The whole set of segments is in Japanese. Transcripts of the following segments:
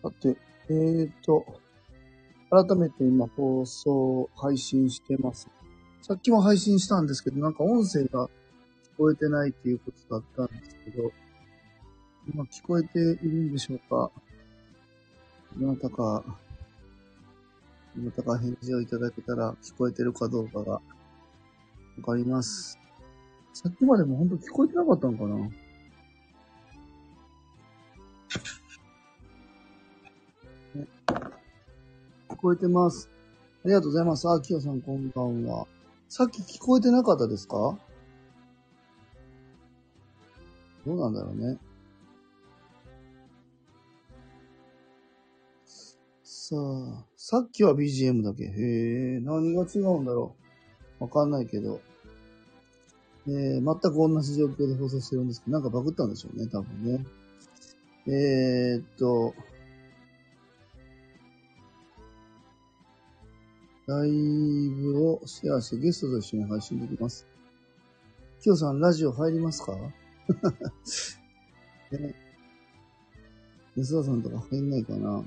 さて、改めて今放送配信してます。さっきも配信したんですけど、なんか音声が聞こえてないっていうことだったんですけど、今聞こえているんでしょうか？どなたか返事をいただけたら聞こえてるかどうかがわかります。さっきまでも本当聞こえてなかったのかな？聞こえてます。ありがとうございます。あ、きよさんこんばんは。さっき聞こえてなかったですか？どうなんだろうね。さあ、さっきは BGM だけ。へえ、何が違うんだろう。わかんないけど。全く同じ状況で放送してるんですけど、なんかバグったんでしょうね、多分ね。ライブをシェアしてゲストと一緒に配信できます。きよさん、ラジオ入りますか？安田さんとか入んないかな？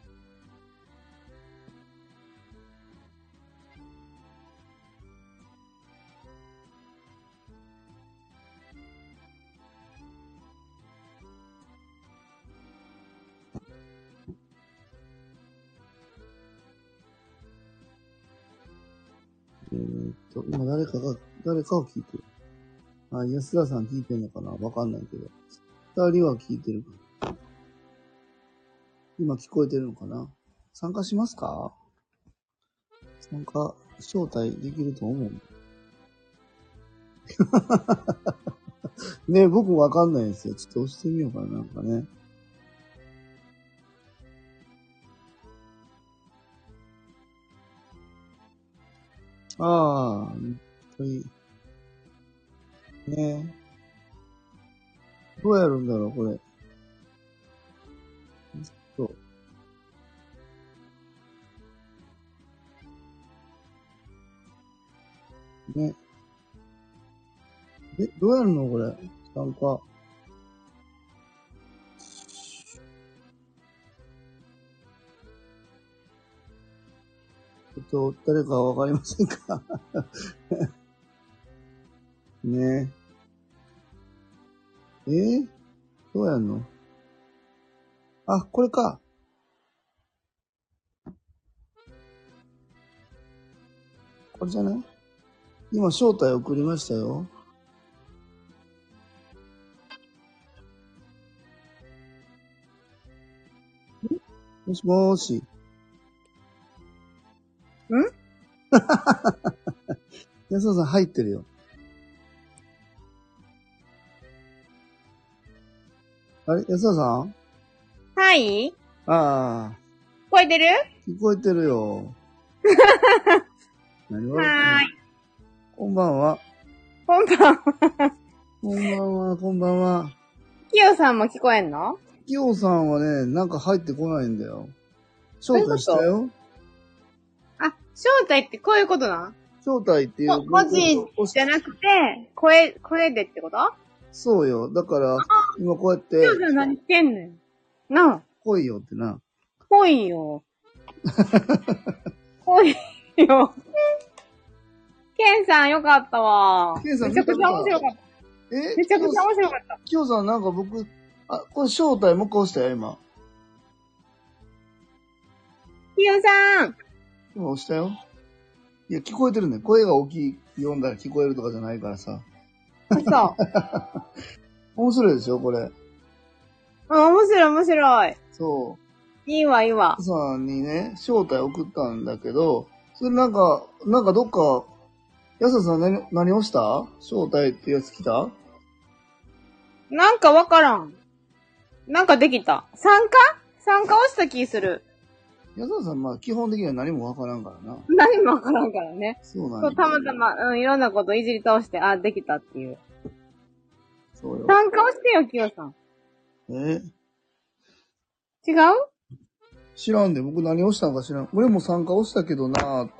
今誰かを聞いてる。あ、安田さん聞いてんのかな？わかんないけど。二人は聞いてる。今聞こえてるのかな？参加しますか？招待できると思う。ね、僕わかんないんですよ。ちょっと押してみようかな、なんかね。ああ、ね。どうやるんだろう、これ。そう。ね。どうやるのこれ。参加。誰かわかりませんか？ね。どうやんの？あ、これか。これじゃない？今、招待送りましたよ。もしもーし。安田さん入ってるよ。あれ安田さん？ はい。 ああ。 聞こえてる？ 聞こえてるよ。何笑ってんの？ はーい。 こんばんは。 こんばんは。 こんばんは、こんばんは。 きよさんも聞こえんの？ きよさんはね、なんか入ってこないんだよ。招待したよ。 あ、招待ってこういうことな？ 招待っていう。 文字じゃなくて、声でってこと？ そうよ。だから、今こうやって。 きよさん何してんねん。なあ。 来いよってな。 来いよ。来いよ。ケンさんよかったわ。 ケンさんめちゃくちゃ面白かった。めちゃくちゃ面白かった。 きよさんなんか僕、これ招待もう一個押したよ、今。 きよさん。 今押したよ。いや、聞こえてるね。声が大きい、読んだら聞こえるとかじゃないからさ。 そう。 面白いでしょ、これ。 面白い面白い。 そう。 いいわいいわ。 さんにね、招待送ったんだけど、それなんかどっか、安田さん何押した？招待ってやつ来た？ なんかわからん。なんかできた。参加をした気する。 安田さん、まあ基本的には何もわからんからな。 何もわからんからね。 そうなんだ。 そう、たまたま、いろんなこといじり倒して、できたっていう。 そうよ。 参加をしてよ、きよさん。違う？ 知らんで、僕何押したんか知らん。俺も参加押したけどなーって。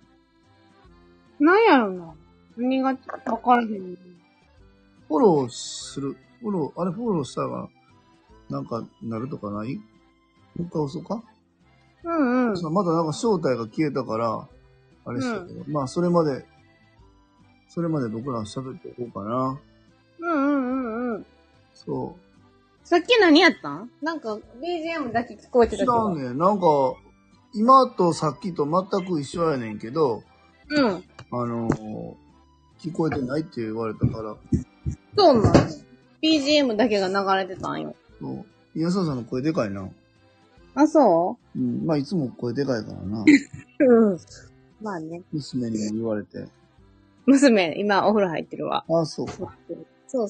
なんやろな。何がわからへん。 フォローする。フォローしたら、なんかなるとかない？ もう一回押そうか。 うんうん。 まだなんか正体が消えたから、あれしたけど、まあ、それまで僕ら喋っていこうかな。 うん。 そさっき何やったん？なんか BGM だけ聞こえてう。 たけど。 知らんね。なんか、今とさっきと全く一緒やねんけど、 うん。 聞こえてないって言われたから、 そうなの。BGM だけが流れてたんよ。 そう。宮沢さんの声でかいな。 あ、そうん。まあ、いつも声でかいからな。 う？うん。まあね。 娘にも言われて。 娘、今お風呂入ってるわ。 あ、そうか。 そう。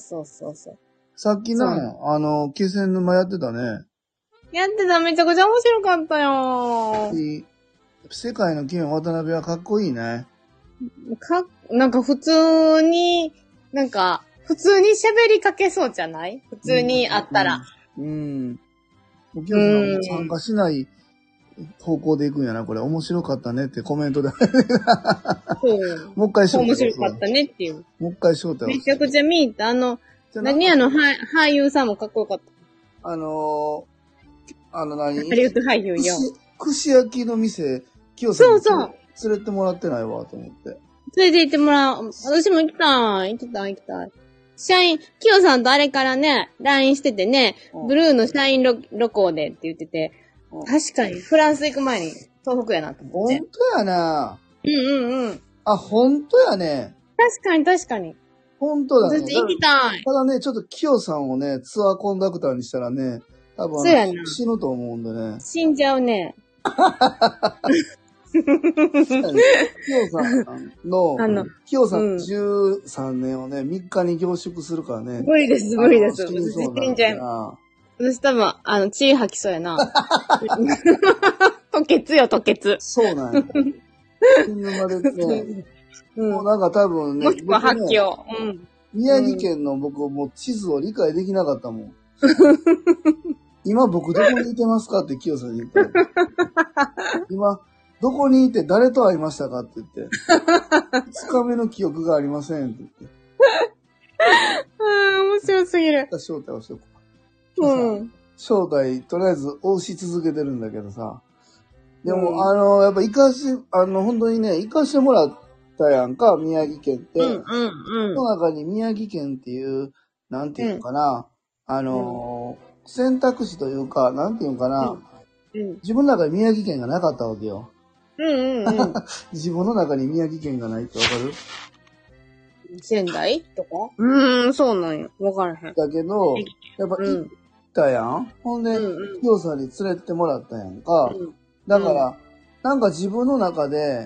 さっきな、気仙沼やってたね。 やってた、めちゃくちゃ面白かったよ。 世界の金渡辺はかっこいいね。 なんか普通に喋りかけそうじゃない？普通に会ったら。 うん。お客さんも参加しない方向で行くんやな、これ。面白かったねってコメントで。 そう。 もう一回招待面白かったねっていう。 もう一回招待を。 めちゃくちゃ見入った。俳優さんもかっこよかった。 何ハリウッド俳優よ。 串焼きの店、清さんそう。 連れてもらってないわ、と思って。 連れて行ってもらう。私も行きたい。社員、キヨさんとあれからね、LINE しててね、ブルーの社員旅行でって言ってて、確かにフランス行く前に東北やなと思って。 ほんとやな。 うん。 あ、ほんとやね。 確かに。 ほんとだね。 私行きたい。 ただね、ちょっとキヨさんをね、ツアーコンダクターにしたらね、多分死ぬと思うんでね。 死んじゃうね。 キヨさんキヨさん13年をね、3日に凝縮するからね。 無理です。死んじゃいます。私多分、血吐きそうやな。吐血。 そうなんや。死ぬまでね、もうなんか多分ね、 もしくは発狂。 宮城県の僕もう地図を理解できなかったもん。今僕どこにいてますかってキヨさんに言ったら。今、どこにいて誰と会いましたかって言って。2日目の記憶がありませんって言って。 面白すぎる。 招待をしとこう。招待、とりあえず押し続けてるんだけどさ。でも、やっぱ本当にね、行かしてもらったやんか、宮城県って。その中に宮城県っていう、なんていうのかな、選択肢というか、なんていうのかな、自分の中に宮城県がなかったわけよ。自分の中に宮城県がないってわかる？ 仙台とか？そうなんや。わからへん。 だけど、やっぱ行ったやん。ほんで、キヨさんに連れてってもらったやんか。だから、なんか自分の中で、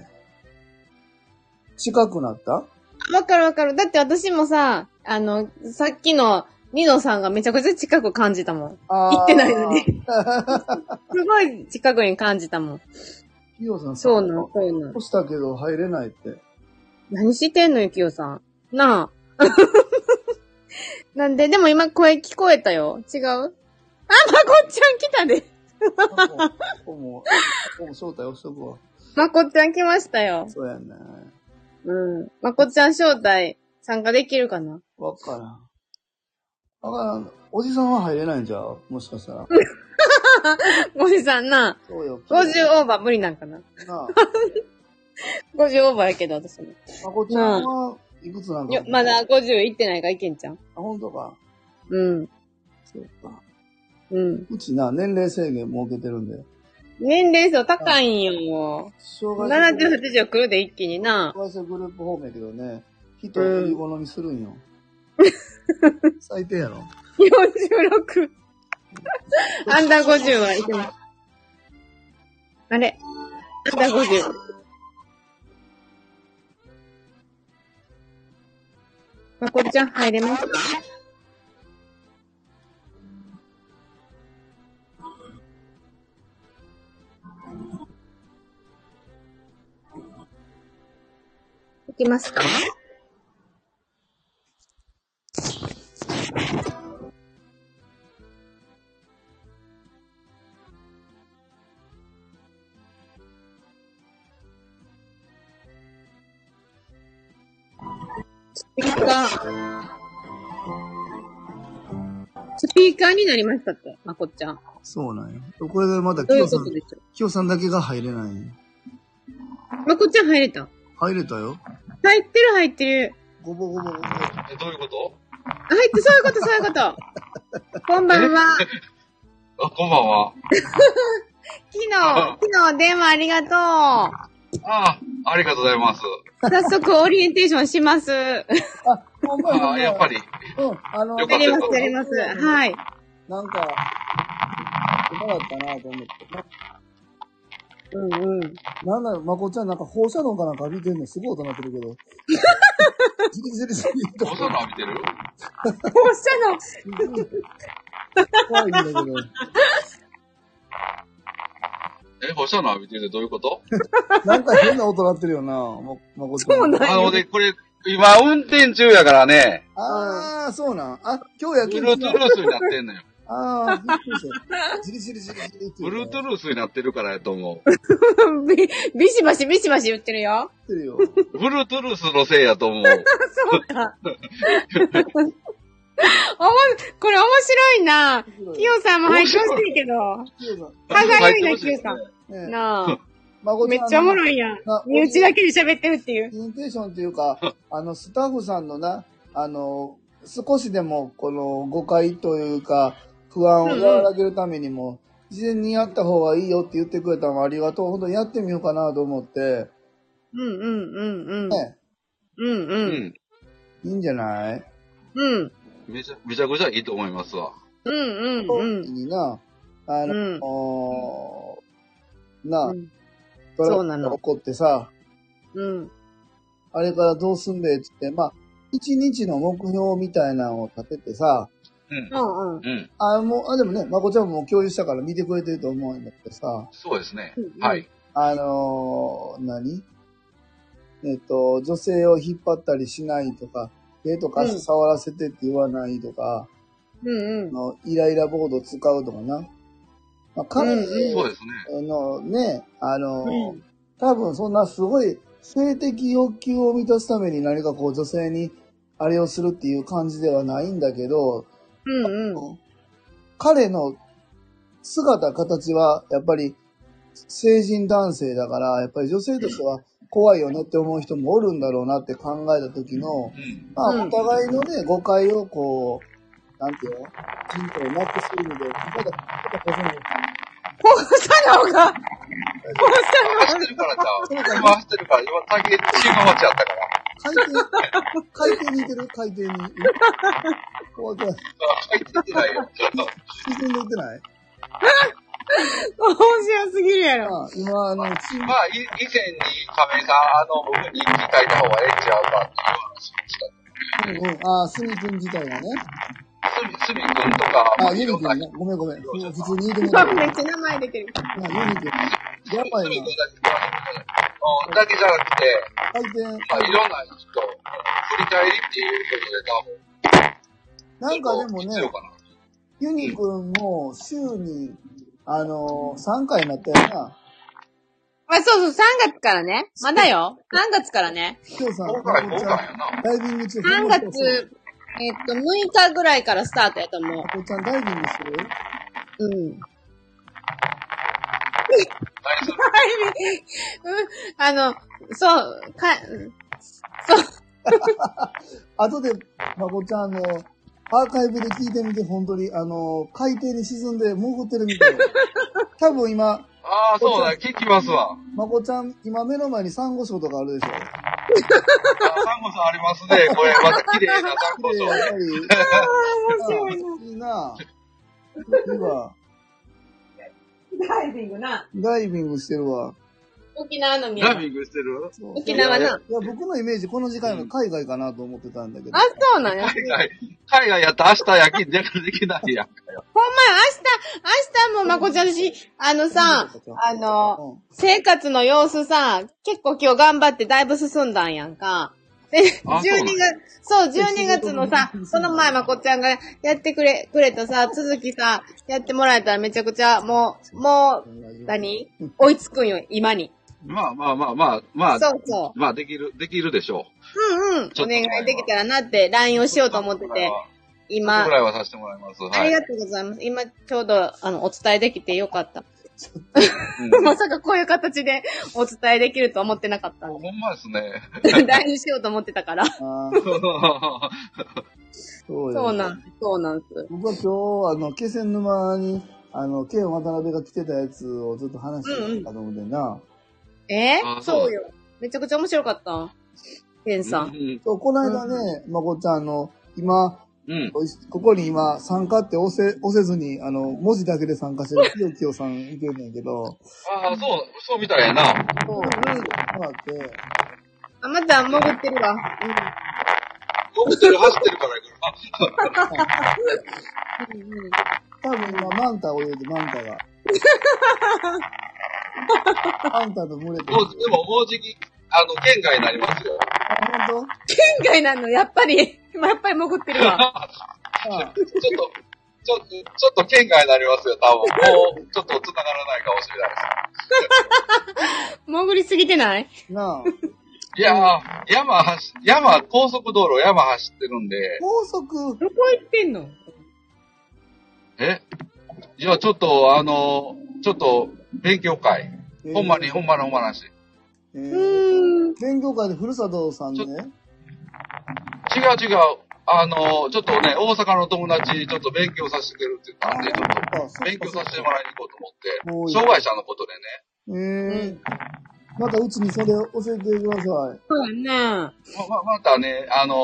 近くなった？ わかる。だって私もさ、さっきのニノさんがめちゃくちゃ近く感じたもん。行ってないのに。すごい近くに感じたもん。 キヨさんそうなん。 押したけど入れないって。 何してんのよ、キヨさん。なあ。なんで、でも今声聞こえたよ。違う？あ、まこっちゃん来たで。 もう招待押しとくわ。 まこっちゃん来ましたよ。 そうやね。 まこっちゃん招待参加できるかな？ わからん。おじさんは入れないんじゃう？もしかしたら。 おじさんな。 そうよ。 50オーバー無理なんかな。50オーバーやけど、私も。 まこちゃんはいくつなんかまだ50いってないからいけんちゃん。 あ、ほんとか。そうか。うちな、年齢制限設けてるんで。 年齢層高いんよ。70、80来るで一気にな。 障害者グループ方面やけどね、人をいい好みするんよ。最低やろ。 46。アンダー50はいけます。あれアンダー50。まこっちゃん入れますか？いけますか？スピーカーになりましたって、まこっちゃん。 そうなんよ。これでまたどういうキヨさん、 ことでしょキヨさんだけが入れないんよ。 う。まこちゃん入れた。 入れたよ。 入ってる入ってる。 ごぼごぼごぼ。 どういうこと入って、そういうことそういうこと。こんばんは。 あ、こんばんは。 昨日電話ありがとう。 ありがとうございます。 早速オリエンテーションします。 ほんまにほんまにやっぱり。 うん、 よかったやりますやります。はい。 なんか、うまかったなと思って。 うんうん。 なんだろ、まこちゃんなんか放射能かなんか浴びてんのすごい音鳴ってるけど。じりじりじりと。 放射能浴びてる放射能怖いんだけど。 放射能浴びてるってどういうことなんか変な音鳴ってるよな、まこちゃん。 そうなんや。 で、これ、今運転中やからね、 あー、そうなん。あ、今日やってる。 Bluetooth になってんのよ。 あー、びっくりした。じりじりじりじりって言うね。 Bluetooth になってるからやと思う。 ビシバシビシバシ言ってるよ。 ってるよ。 Bluetooth のせいやと思う。 そうか。これ面白いな。キヨさんも入ってほしいけど。 キヨさん。 歯がゆいな、キヨさん。 ねなあ。 まこちゃんめっちゃおもろいやん。身内だけで喋ってるっていう。 オリエンテーションっていうか、スタッフさんのな、少しでも、この誤解というか、不安を和らげるためにも、事前にやった方がいいよって言ってくれたのもありがとう。本当にやってみようかなと思って、 うんうんうんうん。 ね、 うんう。 うんん。 いいんじゃないうん。 めちゃくちゃいいと思いますわ。 うんうんうん。 にな、な、 うんそうなの怒ってさ、 うん。 あれからどうすんべえって言って、まあ、一日の目標みたいなのを立ててさ、 うん。 うんうん。 うん。 でもね、まこちゃんも共有したから見てくれてると思うんだけどさ、 そうですねうん。 はい。 何女性を引っ張ったりしないとか、手とか足触らせてって言わないとか、 うんうん。 イライラボード使うとかな。まあ、彼うんうんそうですね。 のね、 うん多分そんなすごい性的欲求を満たすために何かこう女性にあれをするっていう感じではないんだけど、 うんうん。 彼の姿、形はやっぱり成人男性だから、やっぱり女性としては怖いよねって思う人もおるんだろうなって考えた時の、 うん。 まあうんお互いのね、誤解をこう、なんていうの人となくする意味で、ただ放射能が、 走ってるからちゃう。今走ってるから、今、竹、信号待ちやったから。 海底にいてる海底に。怖くない。 入ってないよ。 沈んでいってない面白すぎるやろ。 まあ、今、 まあ、以前に亀井さん、僕に書いた方がええんちゃうかっていう話をした。 ああ、スミ君自体がね。 スミ君とか、 あ、ユニ君ね。ごめん。普通に言うてもめらっちゃ名前出てる。 ユニ君。やばいな。 スミ君だけじゃなくて、 回転。 まあ、いろんな人、振り返りっていうことでなんかでもね必要、かな。 ユニ君も週に、3回になったよな。 あ、そうそう、3月からね。まだよ。3月からね。 今日さん、 今回やな。 ダイビング中、 3月、6日ぐらいからスタートやと思う。 まこちゃんダイビングするうん。 何するそう、 後で、まこちゃんアーカイブで聞いてみて、本当に、海底に沈んで潜ってるみたい。多分今、 ああ、そうだ、聞きますわ。 まこちゃん、今目の前にサンゴ礁とかあるでしょ。 サンゴさんありますね。これ、また綺麗なサンゴ綺麗、 礁。 やっぱり。 面白いいいな。いいわ。 ダイビングな。 ダイビングしてるわ。 沖縄のダイビングしてるそう沖縄な。 いや、僕のイメージ、この時間は海外かなと思ってたんだけど。 あ、そうなんや。 海外やったら明日夜勤できないやんかよ。 ほんまや、明日もまこちゃん私、生活の様子さ、結構今日頑張ってだいぶ進んだんやんか。で、 あそうなん 12月のさ、その前まこちゃんがやってくれたさ、続きさ、やってもらえたらめちゃくちゃ、もう、何追いつくんよ、今に。 まあ、 そうそう。 まあ、できるでしょうんうん。 ちょっとお願いできたらなって LINE をしようと思ってて。 今。 ぐらいはさせてもらいます。はい。 ありがとうございます。今、ちょうど、お伝えできてよかった。 うんまさかこういう形でお伝えできると思ってなかったんで。 ほんまですね。 LINE しようと思ってたから。 あーそうそうなんです。 僕は今日、気仙沼に、ケン渡辺が来てたやつをずっと話してたと思うんだよな。 そうよ。めちゃくちゃ面白かった。ケンさん。 そう、この間ね、まこちゃん、今、ここに今、参加って押せずに、文字だけで参加してるきよきよさんいてんねんけど。 ああ、そうみたいやな。 そう、もらって。 あ、また潜ってるわ。 潜ってる、走ってるから行くな。 多分今、マンタ泳いで、マンタが。マンタと群れてる。 でももうじき、県外になりますよ。 あ、ほんと？ 県外なの、やっぱり潜ってるわ。 ちょっと県外になりますよ、多分。もう、ちょっと繋がらないかもしれないです。 潜りすぎてないなあ。 いやー、高速道路山走ってるんで。 高速？ どこ行ってんの？ いや、ちょっと、勉強会。ほんまの話。 勉強会でふるさとさんね。 違う。ちょっとね、大阪の友達、ちょっと勉強させてくれるって言ったんで、ちょっと、勉強させてもらいに行こうと思って、障害者のことでね。 またうちにそれ教えてください。 そうね。 またね、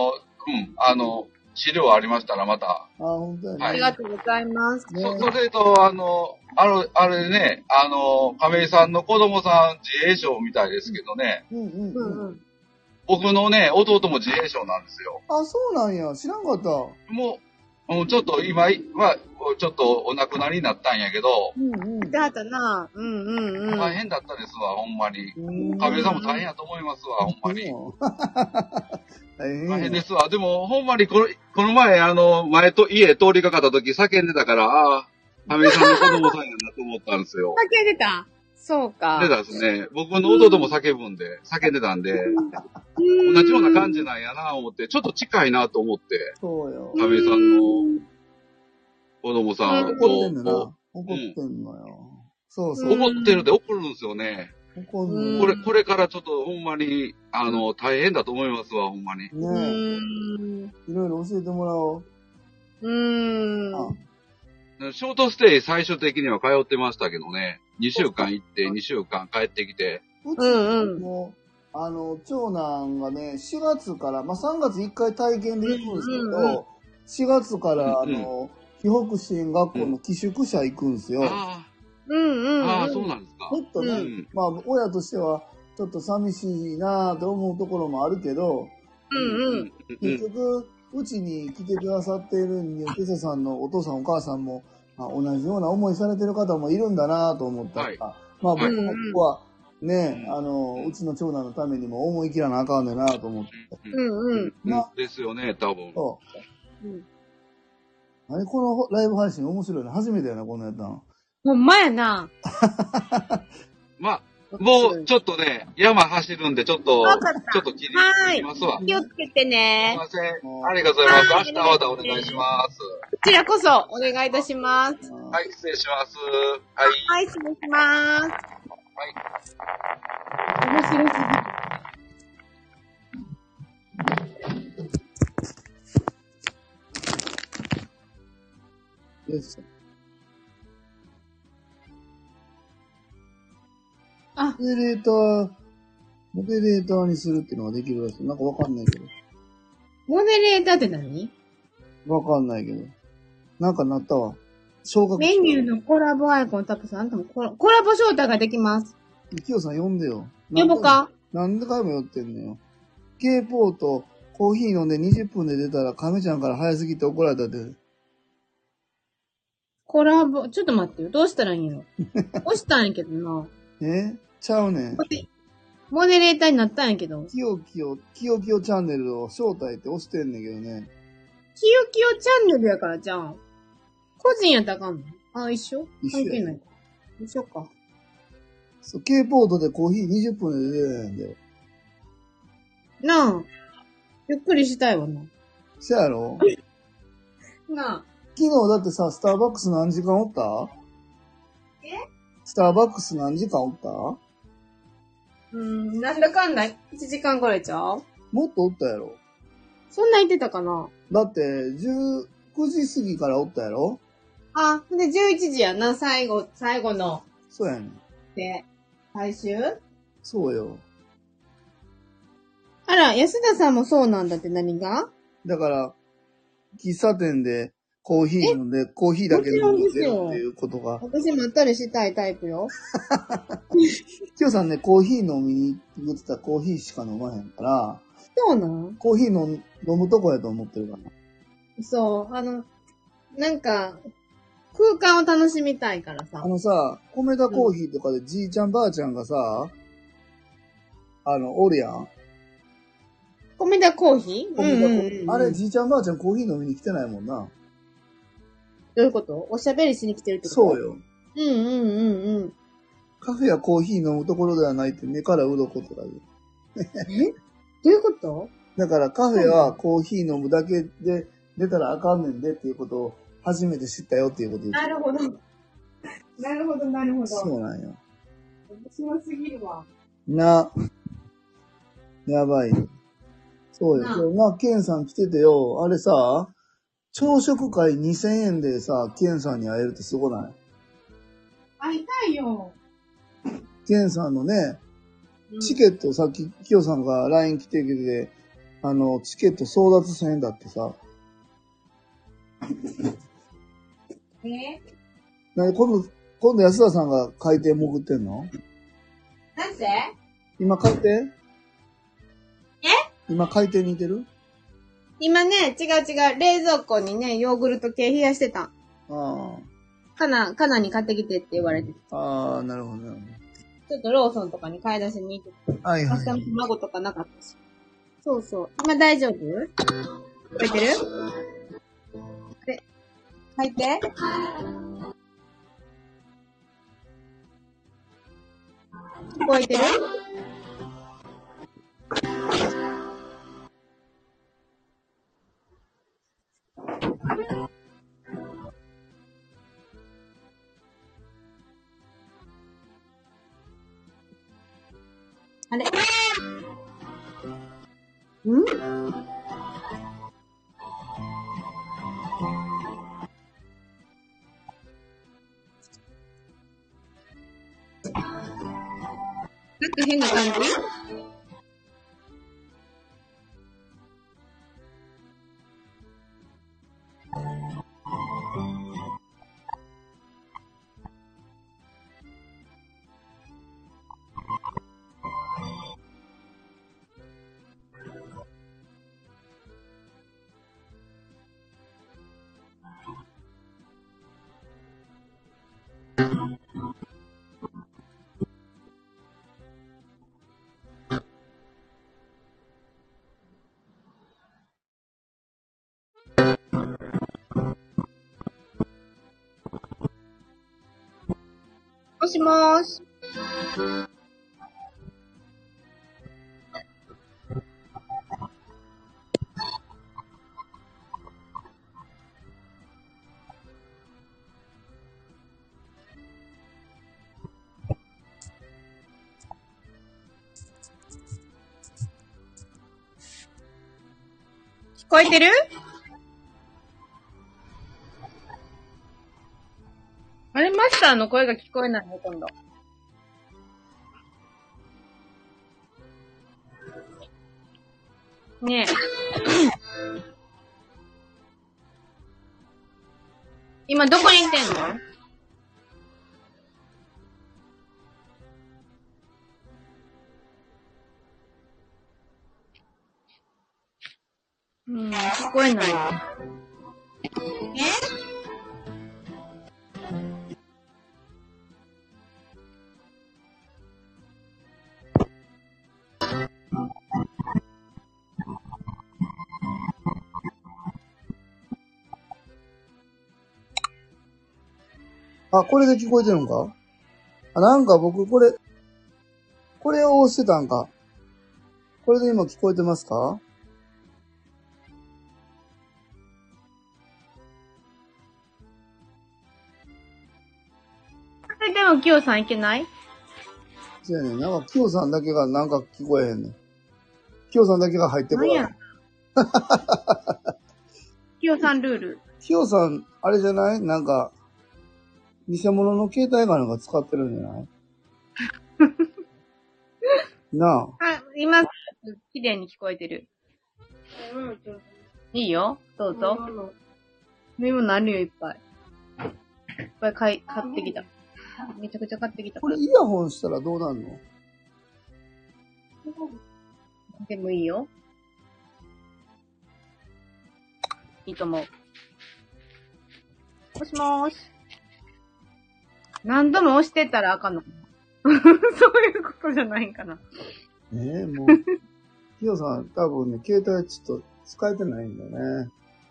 資料ありましたらまた。 本当やね。 ありがとうございます。 それと、あれね、亀井さんの子供さん自閉症みたいですけどね。僕のね、弟も自閉症なんですよ。 あ、そうなんや。知らんかった。 もう、ちょっと今は、ちょっとお亡くなりになったんやけど。 だったな。 大変だったですわ、ほんまに。亀井さんも大変やと思いますわ、ほんまに。大変ですわ。でも、ほんまにこの前、家通りかかった時叫んでたから、亀井さんの子供さんやなと思ったんですよ。 叫んでた？そうか。 出たですね。僕の弟も叫んでたんで、同じような感じなんやな思って、ちょっと近いなと思って、 そうよ。 亀井さんの子供さんと、 怒ってんのよ。そう。 怒ってるって怒るんですよね。 怒んの。 これからちょっとほんまに、大変だと思いますわ、ほんまに。 ねえ。いろいろ教えてもらおう。 ショートステイ最終的には通ってましたけどね。2週間行って、2週間帰ってきて。 もう、長男がね、4月から、3月1回体験で行くんですけど、4月から、被北支援学校の寄宿舎行くんですよ。 そうなんですか。 ちょっとね、親としては、ちょっと寂しいなぁと思うところもあるけど、結局、うちに来てくださっている入居者さんのお父さんお母さんも、同じような思いされてる方もいるんだなぁと思ったら、僕はね、うちの長男のためにも思い切らなあかんねんなぁと思って。 ですよね、多分。 そう。このライブ配信面白いな。初めてやな、こんなやったの。 ほんまやな。 もう、ちょっとね、山走るんで、ちょっと切りますわ。 気をつけてね。 すいません。ありがとうございます。明日またお願いします。 こちらこそ、お願いいたします。 はい、失礼します。 はい、失礼します。面白すぎる。 モデレーターにするっていうのができるらしい。なんかわかんないけど。 モデレーターって何？ わかんないけど。なんかなったわ。 メニューのコラボアイコンタップさん、あんたもコラボ招待ができます。 きよさん呼んでよ。 呼ぼうか？ なんで回も寄ってんのよ。K ポート、コーヒー飲んで20分で出たら、亀ちゃんから早すぎて怒られたって。 コラボ、ちょっと待ってよ。どうしたらいいの？押したんやけどな。 ちゃうねん。 モデレーターになったんやけど。 きよきよチャンネルを招待って押してんねんけどね。 きよきよチャンネルやからじゃん。個人やったらあかんの？一緒？関係ない。一緒か。 そう、K ポートでコーヒー20分で出てないんで。 なあ。ゆっくりしたいわな。 せやろ？ なあ。 昨日だってさ、スターバックス何時間おった？スターバックス何時間おった？ なんだかんだ1時間ぐらいちゃう？ もっとおったやろ。 そんな言ってたかな？ だって、19時過ぎからおったやろ。 あ、で、11時やな、最後の。 そうやねん。 で、最終？ そうよ。 あら、安田さんもそうなんだって何が？ だから、喫茶店でコーヒー飲んで、コーヒーだけ飲んでるっていうことが。 私まったりしたいタイプよ。 きよさんね、コーヒー飲みに行ってたらコーヒーしか飲まへんから、 そうなん？ コーヒー飲むとこやと思ってるかな。 そう、なんか、空間を楽しみたいからさ。 さ、米田コーヒーとかでじいちゃんばあちゃんがさ、おるやん。 米田コーヒー？ 米田コーヒー。あれ、じいちゃんばあちゃんコーヒー飲みに来てないもんな。 どういうこと？おしゃべりしに来てるってこと？ そうよ。 うん。 カフェやコーヒー飲むところではないって目から鱗とか言う。 え？どういうこと？ だからカフェはコーヒー飲むだけで出たらあかんねんでっていうことを初めて知ったよっていうことです。 なるほど。なるほど、なるほど。 そうなんよ。 面白すぎるわ。 やばいよ。そうよ。今日な、ケンさん来ててよ。あれさ、朝食会2000円でさ、ケンさんに会えるってすごない？ 会いたいよ。 ケンさんのね、チケット、さっき、キヨさんが LINE 来てくれて、チケット争奪戦だってさ。今度安田さんが海底潜ってんの？ なんで？ 今海底？今海底にいてる？ 今ね、違う。冷蔵庫にね、ヨーグルト系冷やしてた。カナに買ってきてって言われてた。 ああ、なるほど。 ちょっとローソンとかに買い出しに行ってた。 はいはい。 明日の卵とかなかったし。そう。今大丈夫？書いてる？書いて。聞こえてる？あれ？なんか変な感じ？もしもーし。聞こえてる？あれ、マスターの声が聞こえないね、今度。ねえ。今どこにいてんの？聞こえない。 あ、これで聞こえてるのか？なんか僕これを押してたんか。これで今聞こえてますか？ きよさんいけない？ そうやねん。なんか、きよさんだけがなんか聞こえへんねん。きよさんだけが入ってこない。 何やきよさんルール。 きよさん、あれじゃないなんか、偽物の携帯かなんか使ってるんじゃないなあ。 あ、今、綺麗に聞こえてる。いいよ。どうぞ。飲み物あるよ、いっぱい。いっぱい買ってきた。めちゃくちゃ買ってきた。 これイヤホンしたらどうなんの？ でもいいよ。いいと思う。もしもーし。何度も押してたらあかんのそういうことじゃないんかな。 もう、きよさん多分ね、携帯ちょっと使えてないんだよね。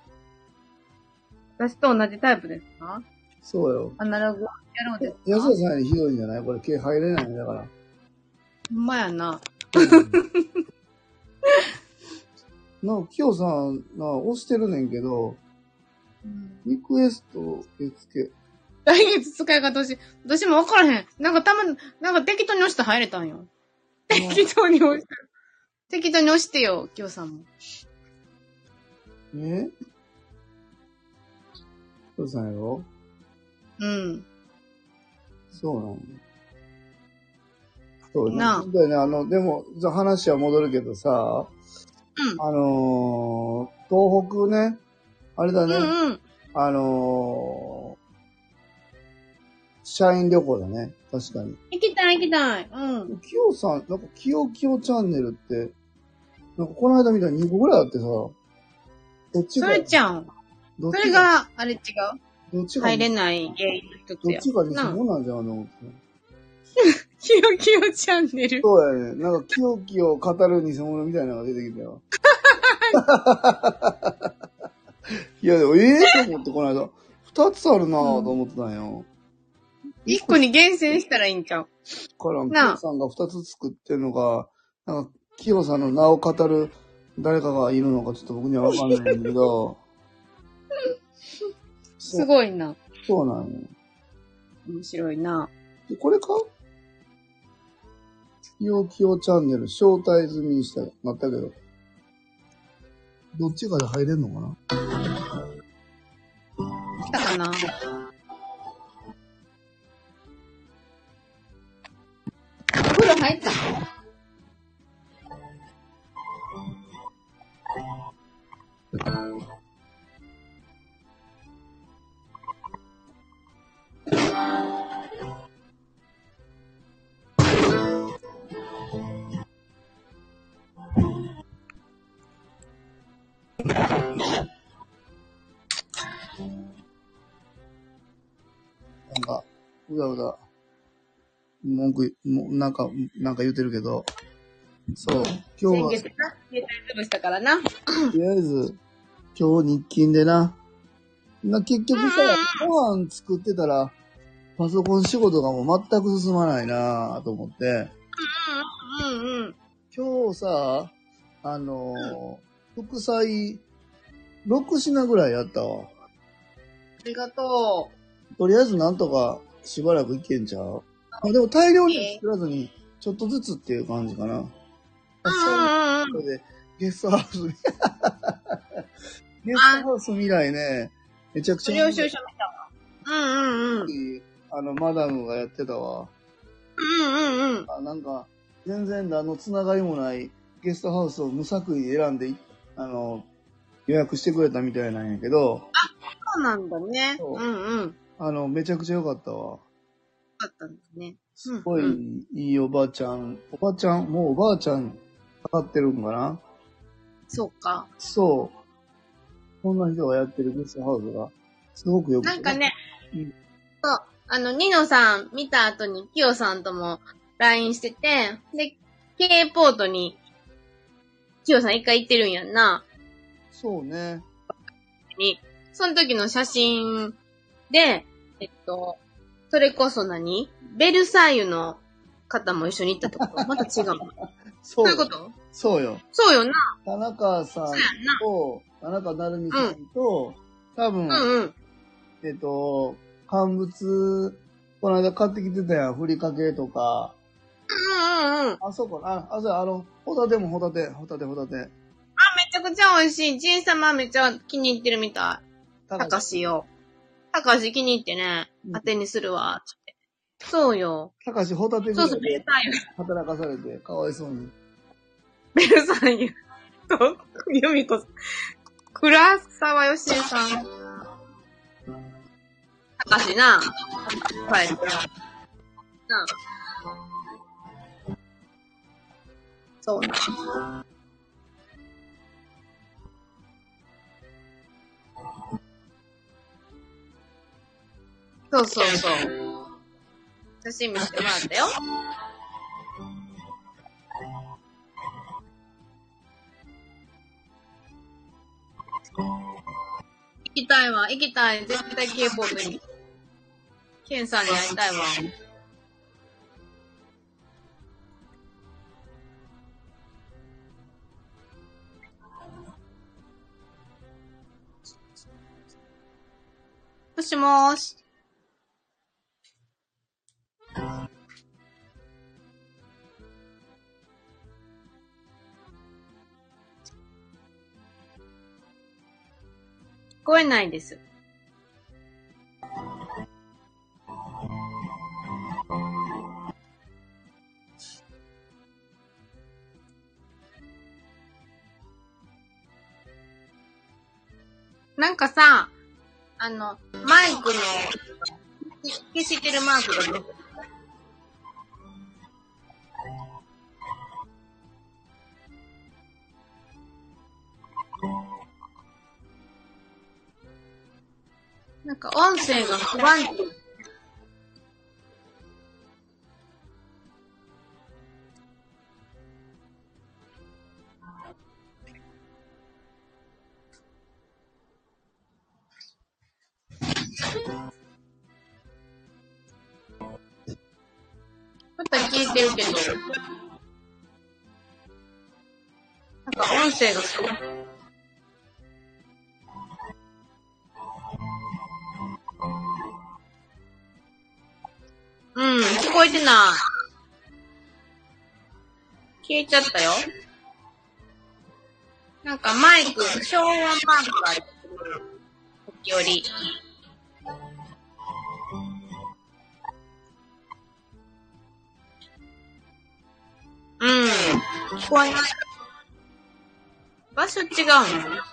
私と同じタイプですか？ そうよ。 アナログやろうですか？ 安田さんよりひどいんじゃないこれ、毛入れないんだから。 ほんまやな。 なんか、きよさん、押してるねんけど、リクエスト受付。 来月使い方私も分からへん。なんかなんか適当に押して入れたんよ。適当に押してよ、きよさんも。 きよさんやろ？ うん。 そうなんだ。そうね。 なあ。 だよね、でも、じゃあ話は戻るけどさ、東北ね、あれだね、社員旅行だね。確かに。 行きたい。うん。 きよさん、なんか、きよチャンネルって、なんかこの間見たら2個ぐらいあってさ、どっちが、 それちゃん。それが、あれ違う？ どっちが入れない原因の一つや。 どっちが偽物なんじゃん、思って。 きよチャンネル。 そうやね。なんか、きよきよ語る偽物みたいなのが出てきたよ。いや、でも、と思って、この間。2つあるなぁと思ってたんよ。 1個に厳選したらいいんちゃう？ からん、きよさんが2つ作ってんのか、なんか、きよさんの名を語る誰かがいるのか、ちょっと僕にはわかんないんだけど。 すごいな。 そうなんよ。 面白いな。 で、これかきよチャンネル招待済みにしたなったけど。どっちかで入れんのかな？ 来たかな？お風呂入った？ なんか、うだうだ、なんか言ってるけど、そう、今日は、 先月な、携帯潰したからな。 とりあえず、今日日勤でな、結局さ、ご飯作ってたら、パソコン仕事がもう全く進まないなぁと思って、今日さ、副菜、6品ぐらいやったわ。 ありがととりあえずなんとかしばらくいけんちゃう？でも大量には作らずに、ちょっとずつっていう感じかな。それで、ゲストハウス、ゲストハウス未来ね、めちゃくちゃ。 領収書見たわ。 マダムがやってたわ。なんか、全然つながりもないゲストハウスを無作為で選んで、予約してくれたみたいなんやけど。 そうなんだね。 めちゃくちゃ良かったわ。 よかったんですね。 すごいいいおばあちゃん。もうおばあちゃんかかってるんかな？ そうか。 そう。こんな人がやってるゲストハウスが、すごくよくて。 なんかね、そう、ニノさん見た後にキヨさんとも LINE してて、で、K ポートに、キヨさん一回行ってるんやんな。 そうね。 その時の写真で、それこそベルサイユの方も一緒に行ったところ、また違う。そういうこと？ そうよ。 そうよな。 田中さんと、田中成美さんと、多分、乾物この間買ってきてたやん、ふりかけとか。 うん。 あ、そうか。ホタテもホタテ。 めちゃくちゃ美味しい。じいさまめっちゃ気に入ってるみたい。たかしよ。たかし気に入ってね、当てにするわ、つって。そうよ。 たかしホタテそうそう、ベルサイユ。 働かされて、かわいそうに。 ベルサイユ。と、由美子さん。倉沢よしえさん。たかしな。帰ってな。そうな。そう。写真見せてもらったよ。行きたい。絶対 K-POP に。ケンさんに会いたいわ。もしもーし。聞こえないです。なんかさ、マイクの消してるマークが出てる。なんか音声が不安定。また聞いてるけど、なんか音声が不安定。聞こえてない。消えちゃったよ。なんかマイク、消音マークがある。時折。聞こえない。場所違うの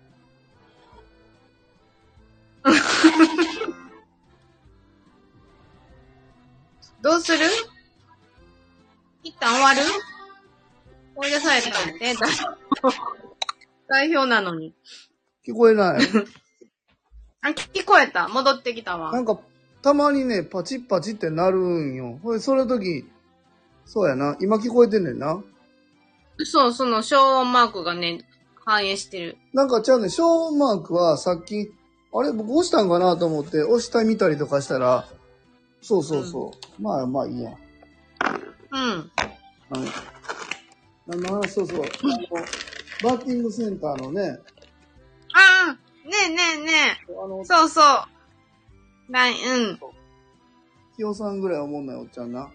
どうする？一旦終わる？追い出されたんで、代表なのに。 聞こえない。 あ、聞こえた。戻ってきたわ。 なんか、たまにね、パチッパチってなるんよ。その時、そうやな。今聞こえてんねんな。 そう、その消音マークがね、反映してる。 なんかちゃうね、消音マークはさっき、あれ僕押したんかなと思って押してみたりとかしたら、そう。まあいいや。そう。バッティングセンターのね。 ねえ。そう。 キヨさんぐらい思んないおっちゃんな。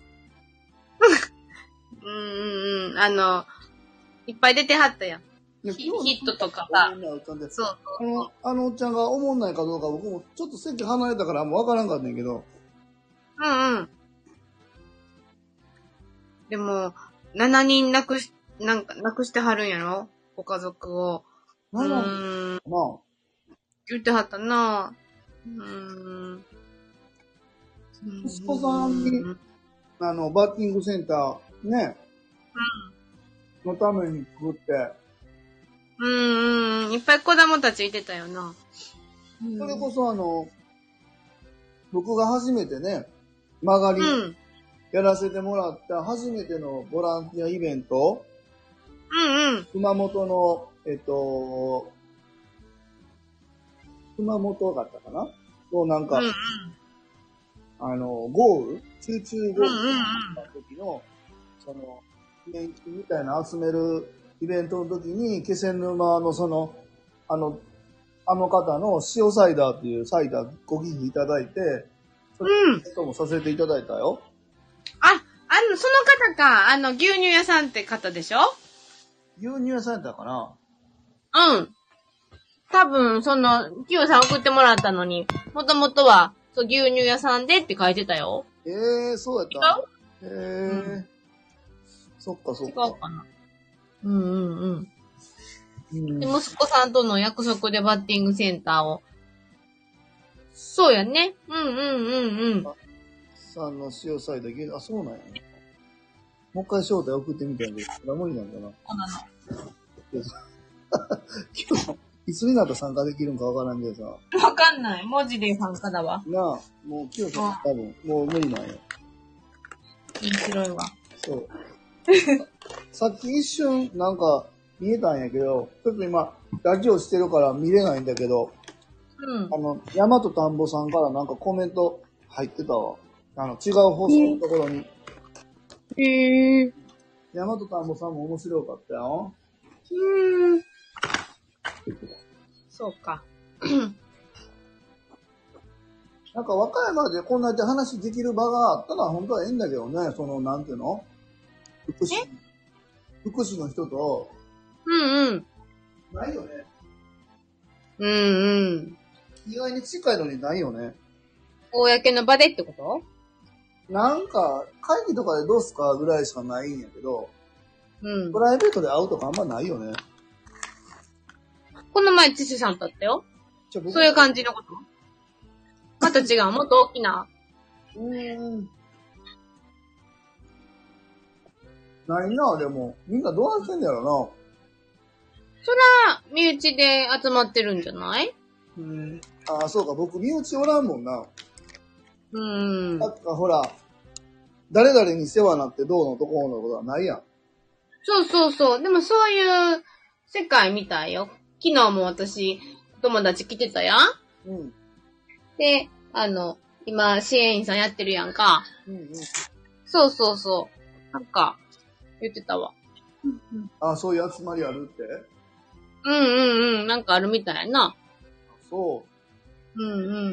いっぱい出てはったやん。ヒットとかさ。そう。 おっちゃんが思んないかどうか僕もちょっと席離れたからもうわからんかったんやけど。 でも、7人亡くしてはるんやろ？ご家族を。言ってはったな。 息子さんに、バッティングセンター、ね。のために作って。 いっぱい子供たちいてたよな。 それこそ僕が初めてね、曲がり、やらせてもらった初めてのボランティアイベント。熊本の、熊本だったかなのなんか、豪雨集中豪雨の時の、年金みたいな集めるイベントの時に、気仙沼のあの方の塩サイダーっていうサイダーご寄付いただいて、 うん。 ともさせていただいたよ。 あ、その方か。牛乳屋さんって方でしょ？ 牛乳屋さんやったかな？ うん。多分、キヨさん送ってもらったのに、もともとは、牛乳屋さんでって書いてたよ。 そうやった。そっかそっか。 違うかな。うん。で、息子さんとの約束でバッティングセンターを。そうやね。うん。 さんの塩サイダー、そうなんやね。もう一回招待送ってみたんで、無理なんかな。そうなの。今日、いつになったら参加できるんかわからんけどさ。わかんない。文字で参加だわ。 なあ、もう今日さん多分、もう無理なんや。 面白いわ。 そう。さっき一瞬なんか見えたんやけど、ちょっと今、ラジオしてるから見れないんだけど、大和田んぼさんからなんかコメント入ってたわ。違う放送のところに。大和田んぼさんも面白かったよ。 そうか。 なんか和歌山でこんなに話できる場があったら本当はいいんだけどね、なんていうの？福祉の人と。ないよね。意外に近いのにないよね。 公の場でってこと？ なんか、会議とかでどうすかぐらいしかないんやけど、プライベートで会うとかあんまないよね。 この前、知事さんだったよ。そういう感じのこと？また違う、もっと大きな。 ないな、でも。みんなどうなってんだやろな。 そら、身内で集まってるんじゃない？ そうか、僕身内おらんもんな。なんかほら、誰々に世話になってどうのとこうのことはないやん。 そう。でもそういう世界みたいよ。昨日も私、友達来てたやん。で、今、支援員さんやってるやんか。そう。なんか、言ってたわ。 そういう集まりあるって？ なんかあるみたいな。 そう。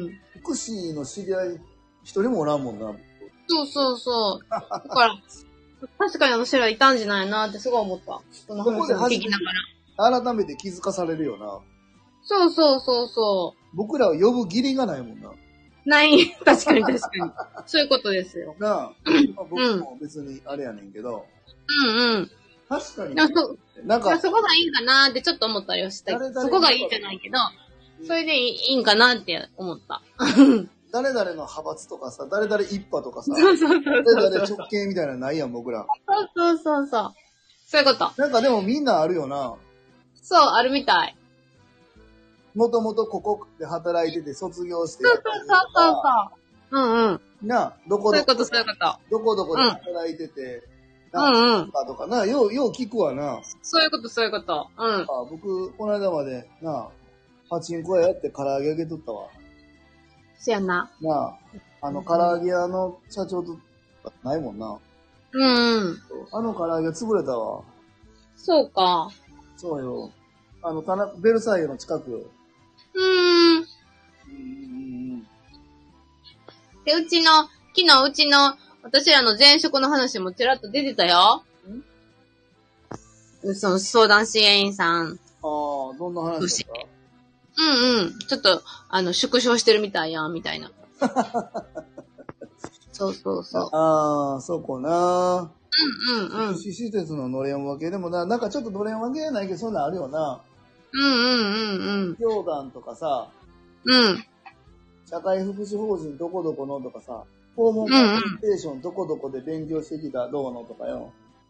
福祉の知り合い、一人もおらんもんな。 そう。だから、確かに私らいたんじゃないなってすごい思った。その話を聞きながら。改めて気づかされるよな。 そう。 僕らを呼ぶ義理がないもんな。 ない。確かに。そういうことですよ。 なあ。僕も別にあれやねんけど。確かに。 なんか、そこがいいんかなってちょっと思ったりした。そこがいいじゃないけど、それでいいんかなって思った。 誰々の派閥とかさ、誰々一派とかさ、誰々直系みたいなのないやん、僕ら。 そう。そういうこと。 なんかでもみんなあるよな。 そう、あるみたい。 もともとここで働いてて卒業して。 そう。 なあ、どこそういうこと。 どこで働いてて、とかな、よう聞くわな。 そういうこと。 僕、この間まで、パチンコ屋やって唐揚げあげとったわ。 そやな。 なあ、唐揚げ屋の社長と、ないもんな。唐揚げ潰れたわ。 そうか。 そうよ。ベルサイユの近くよ。 で、昨日うちの、私らの前職の話もちらっと出てたよ。その相談支援員さん。 どんな話ですか？ ちょっと、縮小してるみたいやん、みたいな。そう。 そうかな。 福祉施設ののれん分けでもなんかちょっとのれん分けないけど、そんなんあるよな。教団とかさ。社会福祉法人どこどこのとかさ。訪問コミュニケーションどこどこで勉強してきたどうのとかよ。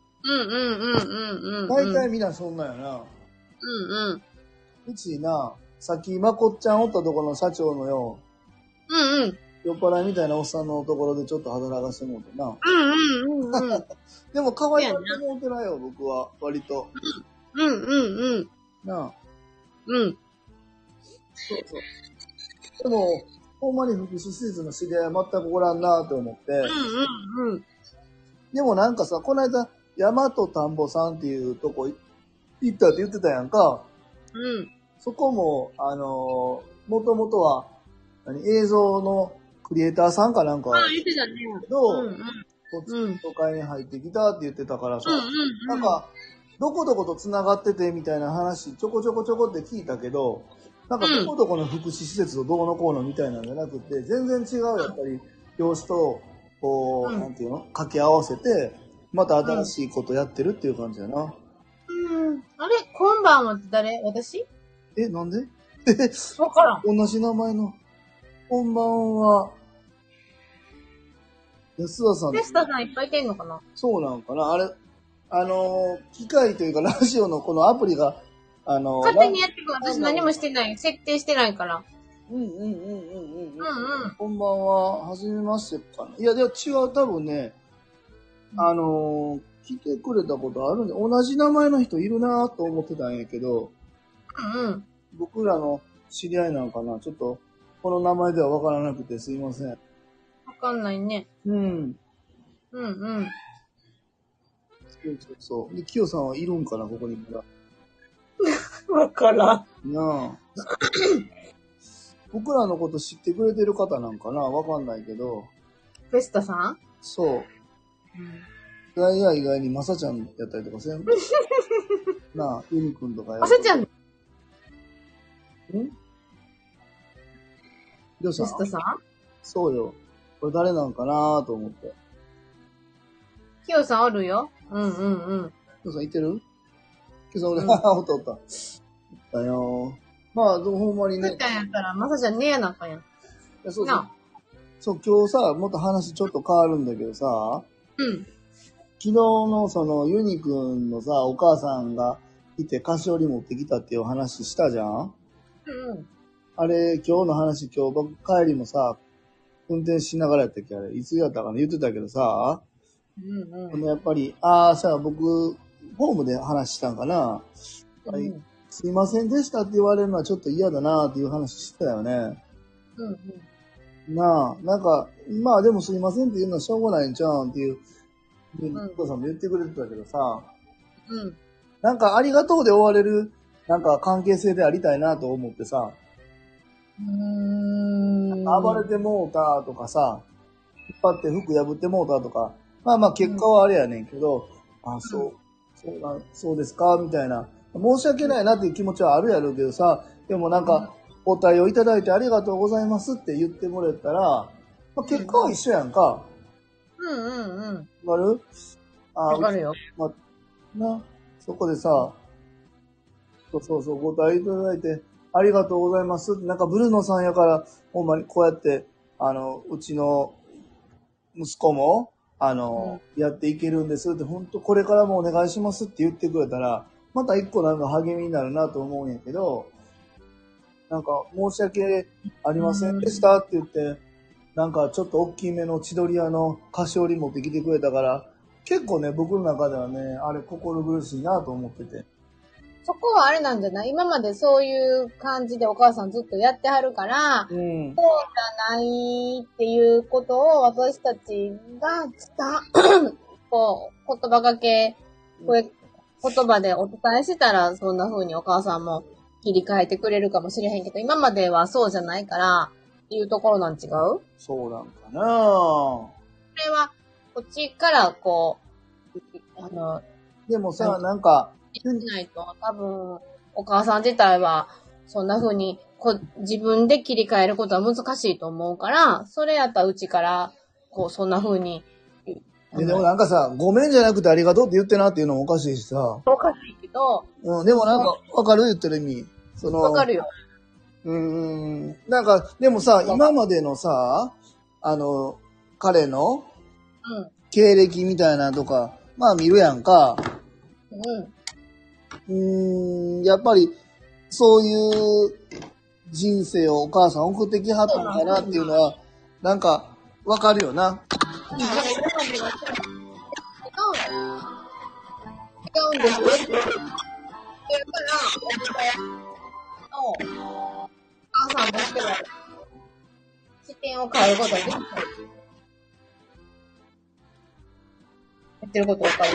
大体みんなそんなんやな。うちな、さっきまこっちゃんおったところの社長のよ。酔っ払いみたいなおっさんのところでちょっと働かせてもうてな。でも可愛いと思うてないよ、僕は。割と。なあ。そう。でも、ほんまに福祉施設の知り合いは全くおらんなって思って。でもなんかさ、この間、大和田んぼさんっていうとこ行ったって言ってたやんか。そこも、もともとは、映像のクリエイターさんかなんか、 言ってたね。 こっち都会に入ってきたって言ってたからさ、なんか、どこどこと繋がっててみたいな話、ちょこちょこって聞いたけど、なんかどこどこの福祉施設とどうのこうのみたいなんじゃなくて、全然違うやっぱり、業種と、こう、なんていうの掛け合わせて、また新しいことやってるっていう感じやな。 あれ今晩は誰？私？ なんで？ わからん。 同じ名前の。こんばんは。安田さん。 安田さんいっぱいいてんのかな？ そうなんかなあれ、機械というかラジオのこのアプリが、 勝手にやってくる。私何もしてない。設定してないから。 こんばんは。はじめましてかな。いや、違う、多分ね、来てくれたことあるんで、同じ名前の人いるなと思ってたんやけど、僕らの知り合いなのかなちょっと、この名前ではわからなくてすいません。わかんないね。 そう。で、キヨさんはいるんかなここにまだ。 わからん。なあ。僕らのこと知ってくれてる方なんかなわかんないけど。 フェスタさん？ そう。いや、意外にマサちゃんやったりとかせんなあ、ユニくんとかやる。 マサちゃん？ りょうさん？ フェスタさん？ そうよ。これ誰なんかなと思って。 キヨさんおるよ。 キヨさんいてる？キヨさん俺、おった。だよ。まあ、ほんまにね。 マサちゃんやったら、マサちゃんねえなんかやん。 そう、今日さ、もっと話ちょっと変わるんだけどさ、昨日のそのユニくんのさ、お母さんがいて菓子折り持ってきたっていう話したじゃん？あれ、今日の話、今日僕帰りもさ、運転しながらやったっけあれ、いつやったかな言ってたけどさ、やっぱり、さ、僕、ホームで話したんかな、すいませんでしたって言われるのはちょっと嫌だなっていう話してたよね。なあ、なんか、まあでもすいませんって言うのはしょうがないんちゃうんっていう、お父さんも言ってくれてたけどさ、なんかありがとうで終われる、なんか関係性でありたいなと思ってさ、暴れてもうたとかさ、引っ張って服破ってもうたとか、まあ結果はあれやねんけど、そうですか、みたいな。申し訳ないなっていう気持ちはあるやろうけどさ、でもなんか、お対応いただいてありがとうございますって言ってもらえたら、結果は一緒やんか。わかる？ わかるよ。 そこでさ、ご対応いただいてありがとうございますって、なんかブルーノさんやから、ほんまにこうやって、うちの息子も、やっていけるんですって、本当これからもお願いしますって言ってくれたら、また一個なんか励みになるなと思うんやけど、なんか申し訳ありませんでしたって言って、なんかちょっと大きめの千鳥屋の菓子折り持ってきてくれたから、結構ね、僕の中ではね、あれ心苦しいなと思ってて。 そこはあれなんじゃない？今までそういう感じでお母さんずっとやってはるから、そうじゃないっていうことを私たちがこう、言葉がけ、言葉でお伝えしたら、そんな風にお母さんも切り替えてくれるかもしれへんけど、今まではそうじゃないから、っていうところなん違う？ そうなんかなこれは、こっちからこう、 でもさ、なんか、 しないと、多分、お母さん自体は、そんな風に自分で切り替えることは難しいと思うから、それやったらうちから、そんな風に。 でもなんかさ、ごめんじゃなくてありがとうって言ってなっていうのもおかしいしさ。 おかしいけど。 でもなんか、わかる言ってる意味。 わかるよ。 なんか、でもさ、今までのさ、彼の、経歴みたいなとか、まあ見るやんか。やっぱり、そういう人生をお母さん送ってきはったのかなっていうのは、なんか、わかるよな。違うんですよ。だから、お母さんとしては、視点を変えることができない。やってることわかる？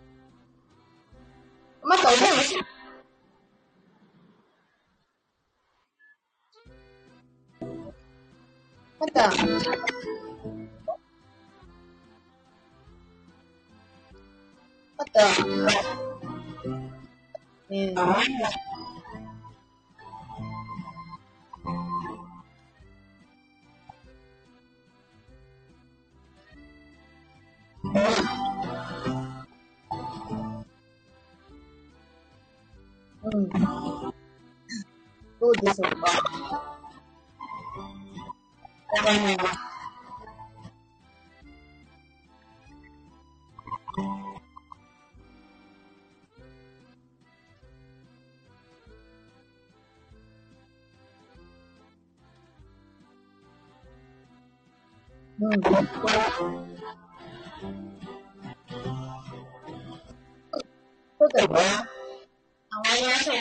またお電話した。また。うん。どうでしょうか。うん。そうだよね。あまりましょう。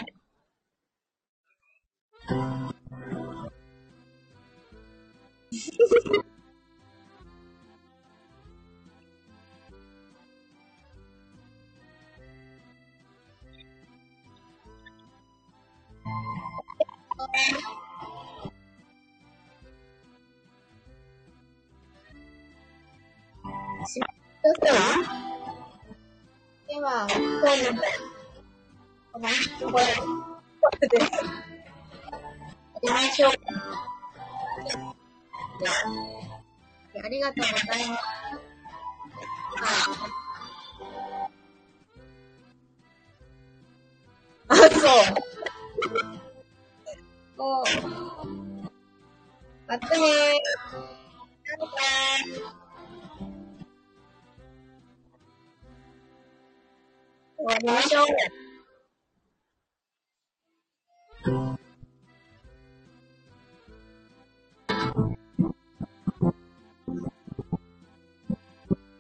では、今日のこのところでやりましょう。ありがとうございます。あ、そう。もう、またねー。バイバイ。終わりましょう。